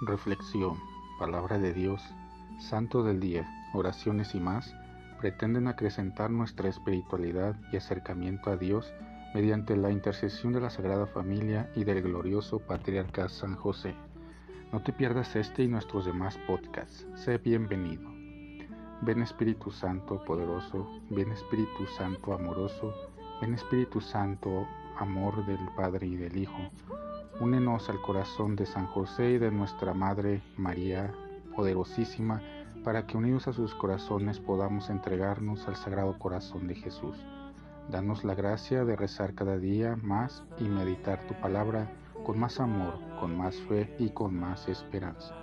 Reflexión, palabra de Dios, santo del día, oraciones y más, pretenden acrecentar nuestra espiritualidad y acercamiento a Dios mediante la intercesión de la Sagrada Familia y del glorioso Patriarca San José. No te pierdas este y nuestros demás podcasts. Sé bienvenido. Ven Espíritu Santo poderoso, ven Espíritu Santo amoroso, ven Espíritu Santo, amor del Padre y del Hijo. Únenos al corazón de San José y de nuestra Madre María, poderosísima, para que unidos a sus corazones podamos entregarnos al Sagrado Corazón de Jesús. Danos la gracia de rezar cada día más y meditar tu palabra con más amor, con más fe y con más esperanza.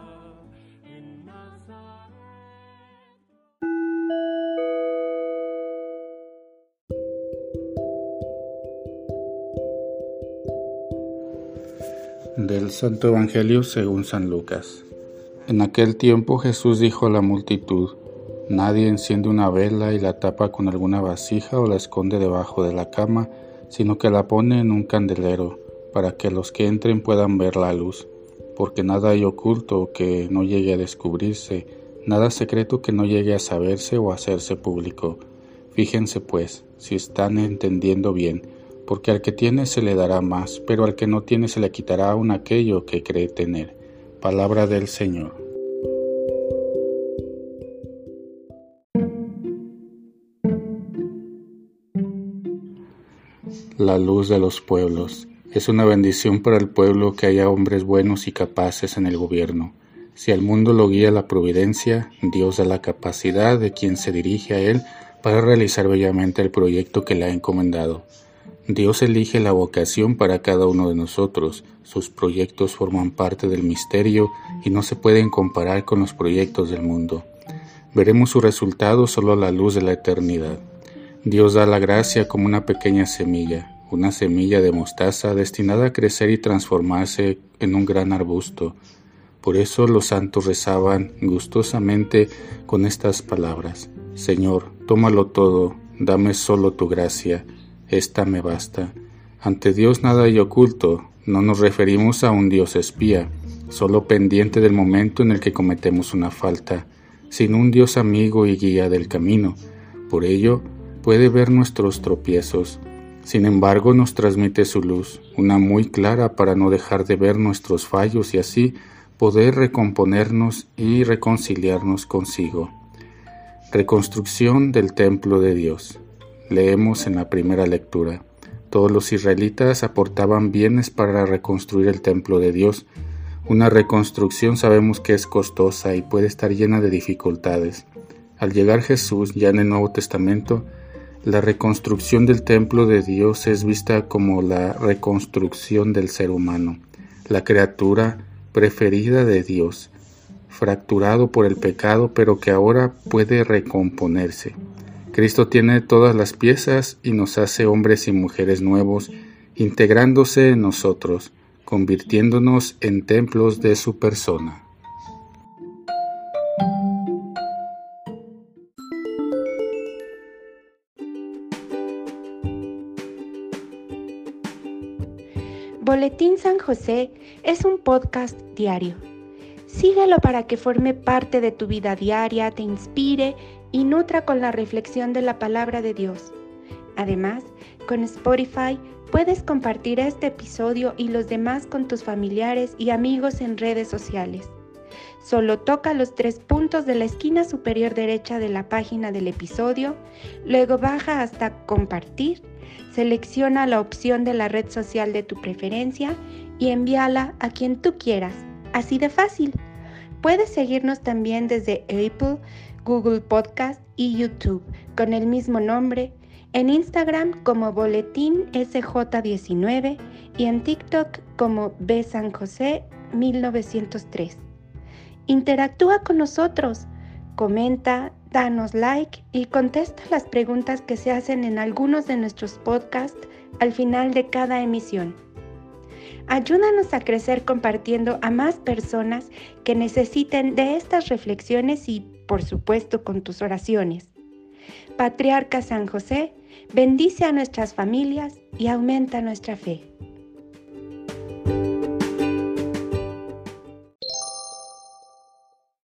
Del Santo Evangelio según San Lucas. En aquel tiempo Jesús dijo a la multitud: Nadie enciende una vela y la tapa con alguna vasija o la esconde debajo de la cama, sino que la pone en un candelero, para que los que entren puedan ver la luz. Porque nada hay oculto que no llegue a descubrirse, nada secreto que no llegue a saberse o a hacerse público. Fíjense pues, si están entendiendo bien, porque al que tiene se le dará más, pero al que no tiene se le quitará aún aquello que cree tener. Palabra del Señor. La luz de los pueblos. Es una bendición para el pueblo que haya hombres buenos y capaces en el gobierno. Si al mundo lo guía la providencia, Dios da la capacidad de quien se dirige a él para realizar bellamente el proyecto que le ha encomendado. Dios elige la vocación para cada uno de nosotros. Sus proyectos forman parte del misterio y no se pueden comparar con los proyectos del mundo. Veremos su resultado solo a la luz de la eternidad. Dios da la gracia como una pequeña semilla, una semilla de mostaza destinada a crecer y transformarse en un gran arbusto. Por eso los santos rezaban gustosamente con estas palabras: Señor, tómalo todo, dame solo tu gracia. Esta me basta. Ante Dios nada hay oculto. No nos referimos a un Dios espía, solo pendiente del momento en el que cometemos una falta, sino un Dios amigo y guía del camino. Por ello, puede ver nuestros tropiezos. Sin embargo, nos transmite su luz, una muy clara para no dejar de ver nuestros fallos y así poder recomponernos y reconciliarnos consigo. Reconstrucción del templo de Dios. Leemos en la primera lectura: todos los israelitas aportaban bienes para reconstruir el templo de Dios. Una reconstrucción sabemos que es costosa y puede estar llena de dificultades. Al llegar Jesús, ya en el Nuevo Testamento, la reconstrucción del templo de Dios es vista como la reconstrucción del ser humano, la criatura preferida de Dios, fracturado por el pecado, pero que ahora puede recomponerse. Cristo tiene todas las piezas y nos hace hombres y mujeres nuevos, integrándose en nosotros, convirtiéndonos en templos de su persona. Boletín San José es un podcast diario. Síguelo para que forme parte de tu vida diaria, te inspire y nutra con la reflexión de la palabra de Dios. Además, con Spotify puedes compartir este episodio y los demás con tus familiares y amigos en redes sociales. Solo toca los 3 puntos de la esquina superior derecha de la página del episodio, luego baja hasta compartir, selecciona la opción de la red social de tu preferencia y envíala a quien tú quieras. Así de fácil. Puedes seguirnos también desde Apple, Google Podcast y YouTube con el mismo nombre, en Instagram como Boletín SJ19 y en TikTok como bsanjose 1903. Interactúa con nosotros, comenta, danos like y contesta las preguntas que se hacen en algunos de nuestros podcasts al final de cada emisión. Ayúdanos a crecer compartiendo a más personas que necesiten de estas reflexiones y, por supuesto, con tus oraciones. Patriarca San José, bendice a nuestras familias y aumenta nuestra fe.